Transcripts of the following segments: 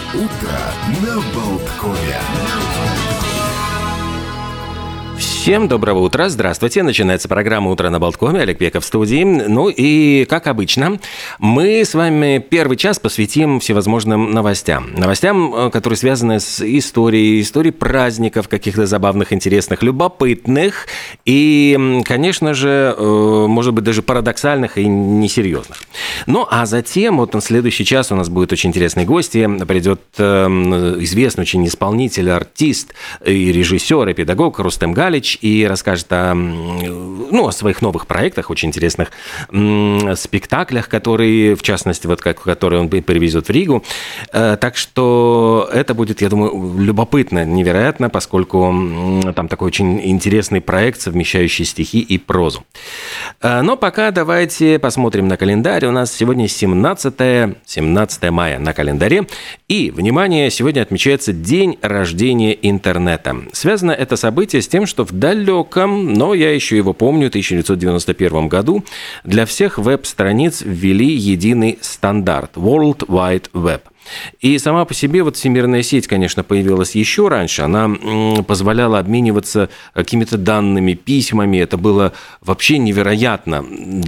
Утро на Болткове. Всем доброго утра, здравствуйте. Начинается программа «Утро на Болткове». Олег Пеков в студии. Ну и, как обычно, мы с вами первый час посвятим всевозможным новостям. Новостям, которые связаны с историей праздников, каких-то забавных, интересных, любопытных и, конечно же, может быть, даже парадоксальных и несерьезных. Ну, а затем, вот на следующий час у нас будет очень интересные гости. Придет известный очень исполнитель, артист и режиссер, и педагог Рустем Галич, и расскажет о своих новых проектах, очень интересных спектаклях, которые, в частности, которые он привезет в Ригу. Так что это будет, я думаю, любопытно, невероятно, поскольку там такой очень интересный проект, совмещающий стихи и прозу. Но пока давайте посмотрим на календарь. У нас сегодня 17 мая на календаре. И, внимание, сегодня отмечается День рождения интернета. Связано это событие с тем, что в далеком, но я еще его помню, 1991 году для всех веб-страниц ввели единый стандарт – World Wide Web. И сама по себе вот всемирная сеть, конечно, появилась еще раньше. Она позволяла обмениваться какими-то данными, письмами. Это было вообще невероятно,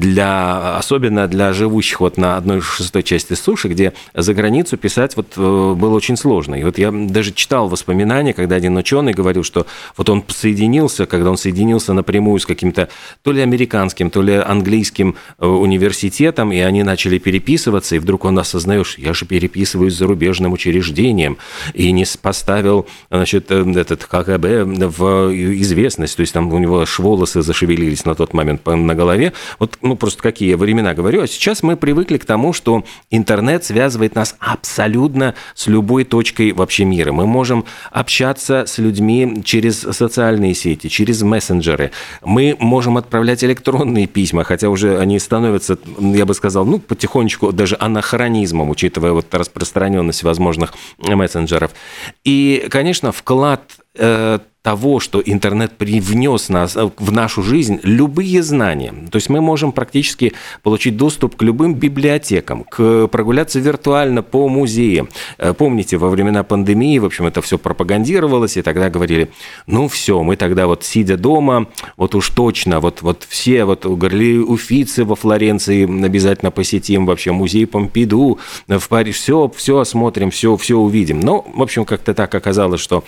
особенно для живущих вот на 1/6 части суши, где за границу писать было очень сложно. И вот я даже читал воспоминания, когда один ученый говорил, что вот он когда он соединился напрямую с каким-то то ли американским, то ли английским университетом, и они начали переписываться, и вдруг он осознает, что я же переписываюсь с зарубежным учреждением и не поставил, этот КГБ в известность, то есть там у него аж волосы зашевелились на тот момент на голове. Просто какие я времена говорю. А сейчас мы привыкли к тому, что интернет связывает нас абсолютно с любой точкой вообще мира. Мы можем общаться с людьми через социальные сети, через мессенджеры. Мы можем отправлять электронные письма, хотя уже они становятся, я бы сказал, потихонечку даже анахронизмом, учитывая распространенность возможных мессенджеров. И, конечно, вклад того, что интернет привнес в нашу жизнь любые знания. То есть мы можем практически получить доступ к любым библиотекам, прогуляться виртуально по музеям. Помните, во времена пандемии, в общем, это все пропагандировалось, и тогда говорили, все, мы тогда сидя дома, уж точно, все, говорили, Уффици во Флоренции обязательно посетим, вообще музей Помпиду в Париже, все осмотрим, все увидим. Но, в общем, как-то так оказалось, что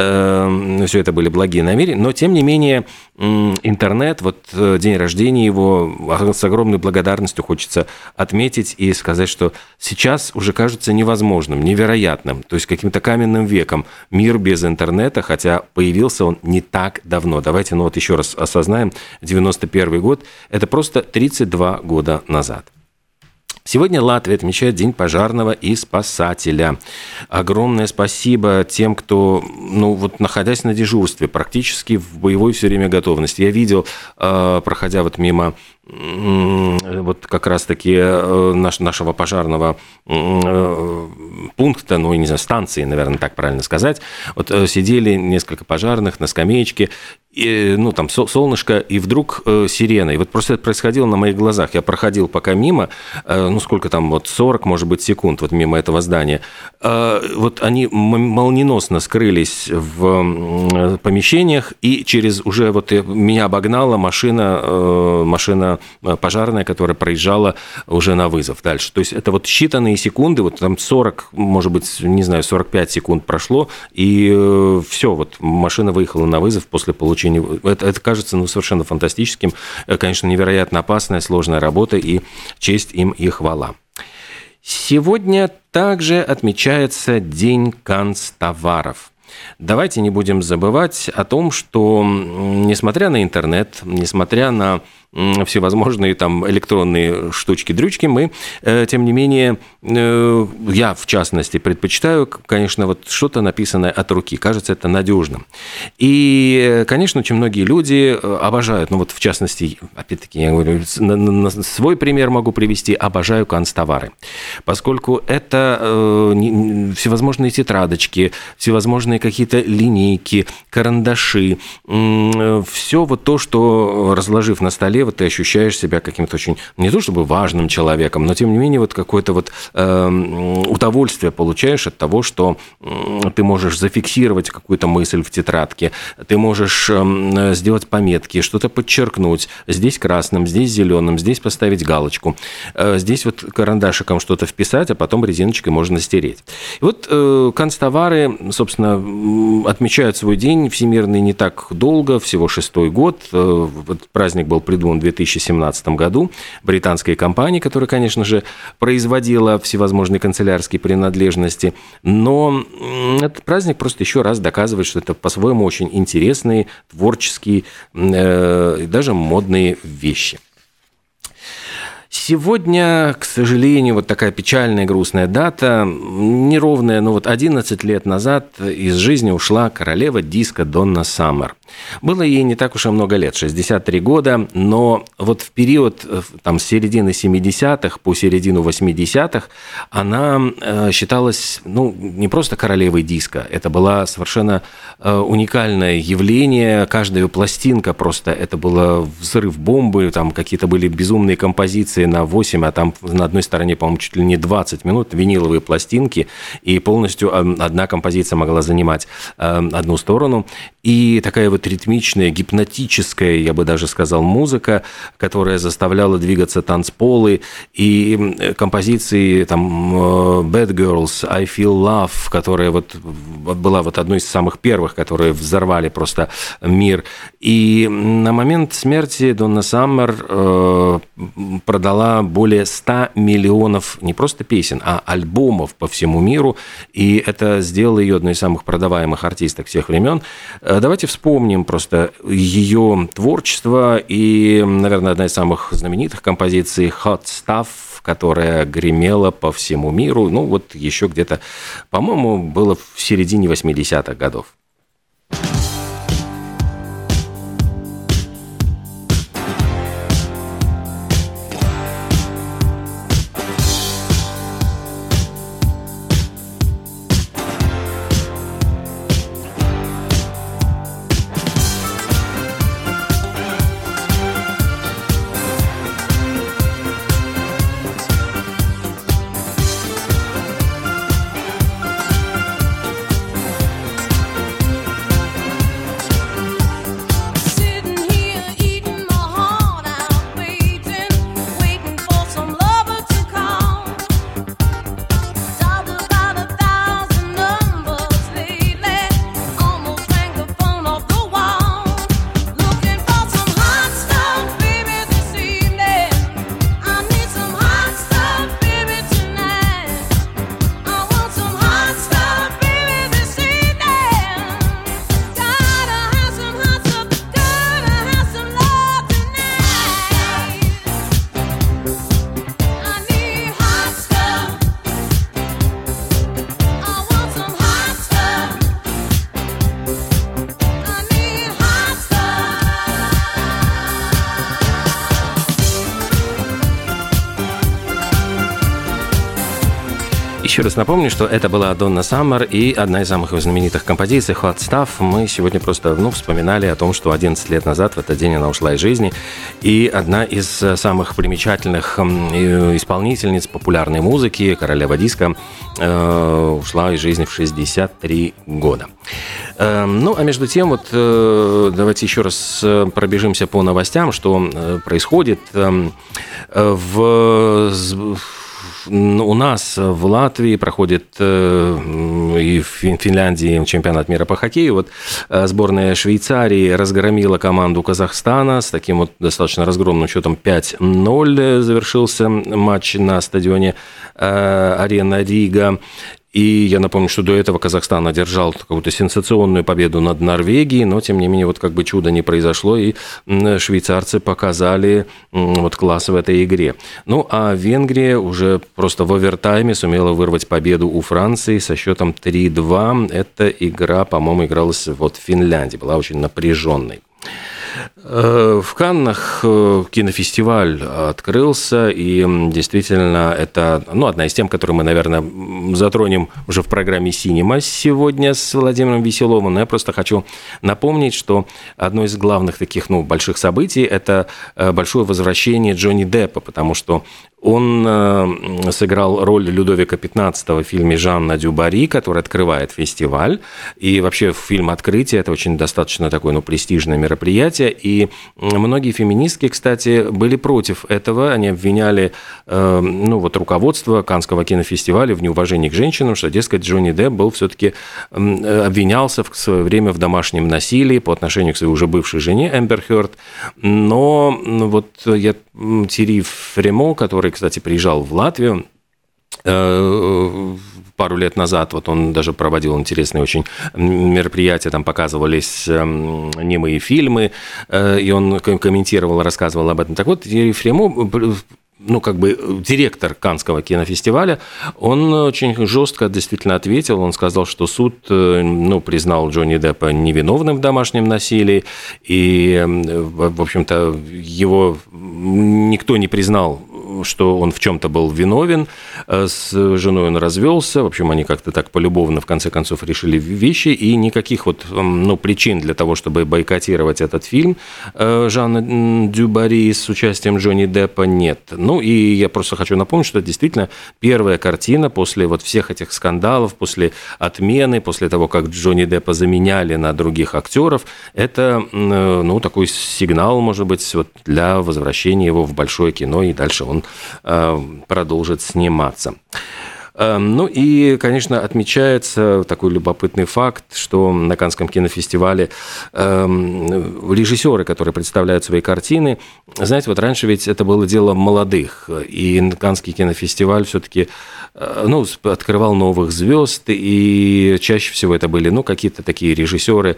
все это были благие намерения, но, тем не менее, интернет, день рождения его, с огромной благодарностью хочется отметить и сказать, что сейчас уже кажется невозможным, невероятным, то есть каким-то каменным веком мир без интернета, хотя появился он не так давно. Давайте, еще раз осознаем, 91 год, это просто 32 года назад. Сегодня Латвия отмечает День пожарного и спасателя. Огромное спасибо тем, кто, находясь на дежурстве, практически в боевой все время готовности. Я видел, проходя мимо как раз-таки нашего пожарного пункта, станции, наверное, так правильно сказать, сидели несколько пожарных на скамеечке, и, там солнышко, и вдруг сирена. И просто это происходило на моих глазах. Я проходил пока мимо, сколько там, 40, может быть, секунд мимо этого здания. Они молниеносно скрылись в помещениях, и через уже меня обогнала машина пожарная, которая проезжала уже на вызов дальше. То есть это считанные секунды, там 40, может быть, 45 секунд прошло, и все, машина выехала на вызов после получения. Это кажется совершенно фантастическим. Конечно, невероятно опасная, сложная работа, и честь им и хвала. Сегодня также отмечается День канцтоваров. Давайте не будем забывать о том, что, несмотря на интернет, несмотря на всевозможные электронные штучки-дрючки, мы, тем не менее, я, в частности, предпочитаю, конечно, что-то написанное от руки. Кажется, это надежным. И, конечно, очень многие люди обожают, в частности, опять-таки, я говорю, на свой пример могу привести, обожаю канцтовары. Поскольку это всевозможные тетрадочки, всевозможные какие-то линейки, карандаши. Все вот то, что, разложив на столе, вот ты ощущаешь себя каким-то очень, не то чтобы важным человеком, но тем не менее вот какое-то вот удовольствие получаешь от того, что ты можешь зафиксировать какую-то мысль в тетрадке, ты можешь сделать пометки, что-то подчеркнуть. Здесь красным, здесь зеленым, здесь поставить галочку. Здесь вот карандашиком что-то вписать, а потом резиночкой можно стереть. И вот канцтовары, собственно, отмечают свой день всемирный не так долго, всего 6-й год. Вот праздник был придуман в 2017 году британской компанией, которая, конечно же, производила всевозможные канцелярские принадлежности. Но этот праздник просто еще раз доказывает, что это по-своему очень интересные, творческие и даже модные вещи. Сегодня, к сожалению, вот такая печальная, грустная дата, неровная, но вот 11 лет назад из жизни ушла королева диска Донна Саммер. Было ей не так уж и много лет, 63 года, но вот в период там, с середины 70-х по середину 80-х она считалась, не просто королевой диска, это было совершенно уникальное явление, каждая пластинка просто, это было взрыв бомбы, там какие-то были безумные композиции на 8, а там на одной стороне, по-моему, чуть ли не 20 минут, виниловые пластинки, и полностью одна композиция могла занимать одну сторону, и такая вот ритмичная, гипнотическая, я бы даже сказал, музыка, которая заставляла двигаться танцполы, и композиции там Bad Girls, I Feel Love, которая вот была вот одной из самых первых, которые взорвали просто мир. И на момент смерти Донна Саммер продала более 100 миллионов не просто песен, а альбомов по всему миру, и это сделало ее одной из самых продаваемых артисток всех времен. Давайте вспомним просто ее творчество и, наверное, одна из самых знаменитых композиций «Hot Stuff», которая гремела по всему миру, вот еще где-то, по-моему, было в середине 80-х годов. Еще раз напомню, что это была Донна Саммер и одна из самых знаменитых композиций «Hot Stuff». Мы сегодня просто вспоминали о том, что 11 лет назад в этот день она ушла из жизни. И одна из самых примечательных исполнительниц популярной музыки, королева диска, ушла из жизни в 63 года. А между тем, давайте еще раз пробежимся по новостям, что происходит у нас в Латвии проходит и в Финляндии чемпионат мира по хоккею. Сборная Швейцарии разгромила команду Казахстана с таким достаточно разгромным счетом 5-0. Завершился матч на стадионе Арена Рига. И я напомню, что до этого Казахстан одержал какую-то сенсационную победу над Норвегией, но, тем не менее, чудо не произошло, и швейцарцы показали класс в этой игре. А Венгрия уже просто в овертайме сумела вырвать победу у Франции со счетом 3-2. Эта игра, по-моему, игралась в Финляндии, была очень напряженной. В Каннах кинофестиваль открылся, и действительно это одна из тем, которую мы, наверное, затронем уже в программе «Синема» сегодня с Владимиром Веселовым. Но я просто хочу напомнить, что одно из главных таких больших событий – это большое возвращение Джонни Деппа, потому что он сыграл роль Людовика XV в фильме «Жанна Дюбари», который открывает фестиваль. И вообще фильм «Открытие» – это очень достаточно такое престижное мероприятие. И многие феминистки, кстати, были против этого. Они обвиняли руководство Каннского кинофестиваля в неуважении к женщинам, что, дескать, Джонни Депп был все-таки обвинялся в свое время в домашнем насилии по отношению к своей уже бывшей жене Эмбер Хёрд. Но Тири Фремо, который, кстати, приезжал в Латвию пару лет назад, он даже проводил интересные очень мероприятия, там показывались немые фильмы, и он комментировал, рассказывал об этом. Так вот, Тири Фремо, директор Каннского кинофестиваля, он очень жестко действительно ответил. Он сказал, что суд признал Джонни Деппа невиновным в домашнем насилии, и, в общем-то, его никто не признал, что он в чем-то был виновен. С женой он развелся. В общем, они как-то так полюбовно, в конце концов, решили вещи. И никаких причин для того, чтобы бойкотировать этот фильм Жанна Дюбари с участием Джонни Деппа нет. И я просто хочу напомнить, что это действительно первая картина после всех этих скандалов, после отмены, после того, как Джонни Деппа заменяли на других актеров. Это, такой сигнал, может быть, для возвращения его в большое кино, и дальше он продолжит сниматься. И, конечно, отмечается такой любопытный факт, что на Каннском кинофестивале режиссеры, которые представляют свои картины, знаете, раньше ведь это было дело молодых, и Каннский кинофестиваль все-таки открывал новых звезд, и чаще всего это были какие-то такие режиссеры,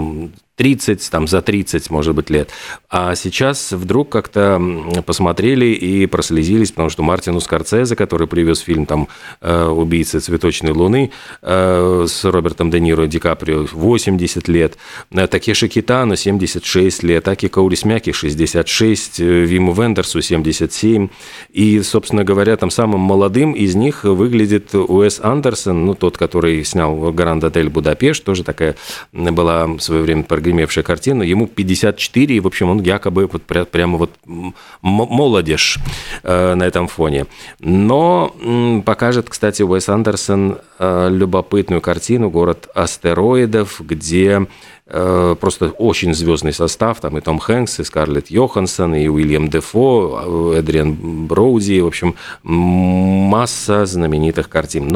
30, за 30, может быть, лет. А сейчас вдруг как-то посмотрели и прослезились, потому что Мартину Скорсезе, который привез фильм «Убийца цветочной луны» с Робертом Де Ниро и Ди Каприо, 80 лет, Такеши Китано 76 лет, Аки Каурисмяки 66, Виму Вендерсу 77. И, собственно говоря, самым молодым из них выглядит Уэс Андерсон, тот, который снял «Гранд-отель Будапешт», тоже такая была в свое время прогремевшая картина, ему 54, и, в общем, он якобы прямо молодежь на этом фоне. Но покажет, кстати, Уэс Андерсон любопытную картину «Город астероидов», где просто очень звездный состав, там и Том Хэнкс, и Скарлетт Йоханссон, и Уильям Дефо, Эдриан Броуди, в общем, масса знаменитых картин,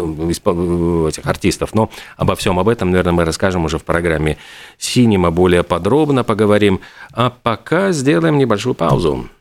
этих артистов. Но обо всем об этом, наверное, мы расскажем уже в программе «Синема», более подробно поговорим. А пока сделаем небольшую паузу.